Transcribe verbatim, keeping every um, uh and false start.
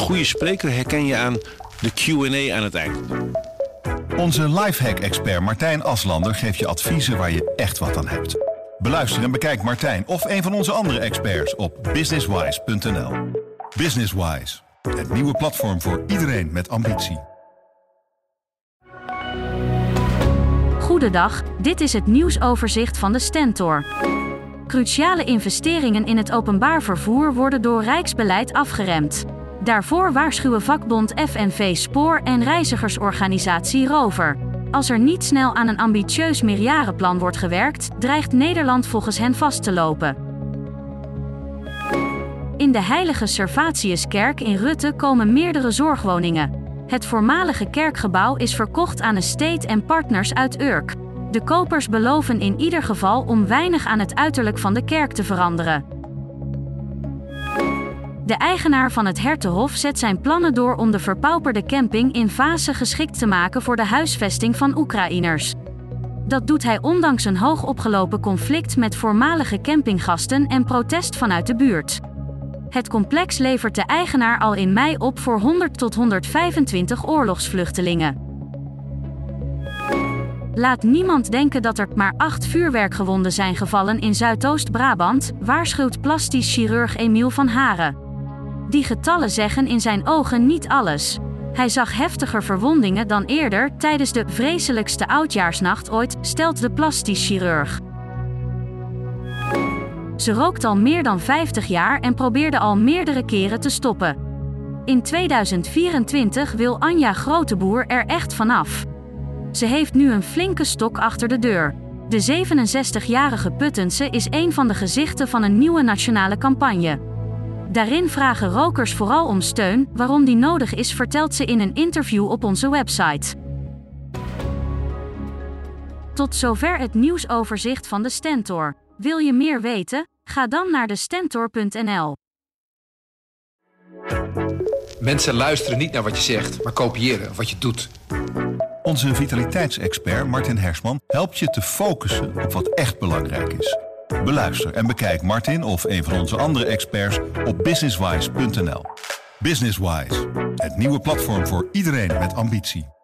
goede spreker herken je aan de Q en A aan het eind. Onze lifehack-expert Martijn Aslander geeft je adviezen waar je echt wat aan hebt. Beluister en bekijk Martijn of een van onze andere experts op businesswise punt n l. Businesswise, het nieuwe platform voor iedereen met ambitie. Goedendag, dit is het nieuwsoverzicht van de Stentor. Cruciale investeringen in het openbaar vervoer worden door Rijksbeleid afgeremd. Daarvoor waarschuwen vakbond F N V Spoor en reizigersorganisatie Rover. Als er niet snel aan een ambitieus meerjarenplan wordt gewerkt, dreigt Nederland volgens hen vast te lopen. In de Heilige Servatiuskerk in Rutte komen meerdere zorgwoningen. Het voormalige kerkgebouw is verkocht aan Estate en Partners uit Urk. De kopers beloven in ieder geval om weinig aan het uiterlijk van de kerk te veranderen. De eigenaar van het Hertenhof zet zijn plannen door om de verpauperde camping in Vaassen geschikt te maken voor de huisvesting van Oekraïners. Dat doet hij ondanks een hoog opgelopen conflict met voormalige campinggasten en protest vanuit de buurt. Het complex levert de eigenaar al in mei op voor honderd tot honderdvijfentwintig oorlogsvluchtelingen. Laat niemand denken dat er maar acht vuurwerkgewonden zijn gevallen in Zuidoost-Brabant, waarschuwt plastisch chirurg Emiel van Haren. Die getallen zeggen in zijn ogen niet alles. Hij zag heftiger verwondingen dan eerder tijdens de vreselijkste oudjaarsnacht ooit, stelt de plastisch chirurg. Ze rookt al meer dan vijftig jaar en probeerde al meerdere keren te stoppen. In tweeduizend vierentwintig wil Anja Groteboer er echt vanaf. Ze heeft nu een flinke stok achter de deur. De zevenenzestigjarige Puttense is een van de gezichten van een nieuwe nationale campagne. Daarin vragen rokers vooral om steun, waarom die nodig is vertelt ze in een interview op onze website. Tot zover het nieuwsoverzicht van de Stentor. Wil je meer weten? Ga dan naar de stentor punt n l. Mensen luisteren niet naar wat je zegt, maar kopiëren wat je doet. Onze vitaliteitsexpert Martin Hersman helpt je te focussen op wat echt belangrijk is. Beluister en bekijk Martin of een van onze andere experts op businesswise punt n l. Businesswise, het nieuwe platform voor iedereen met ambitie.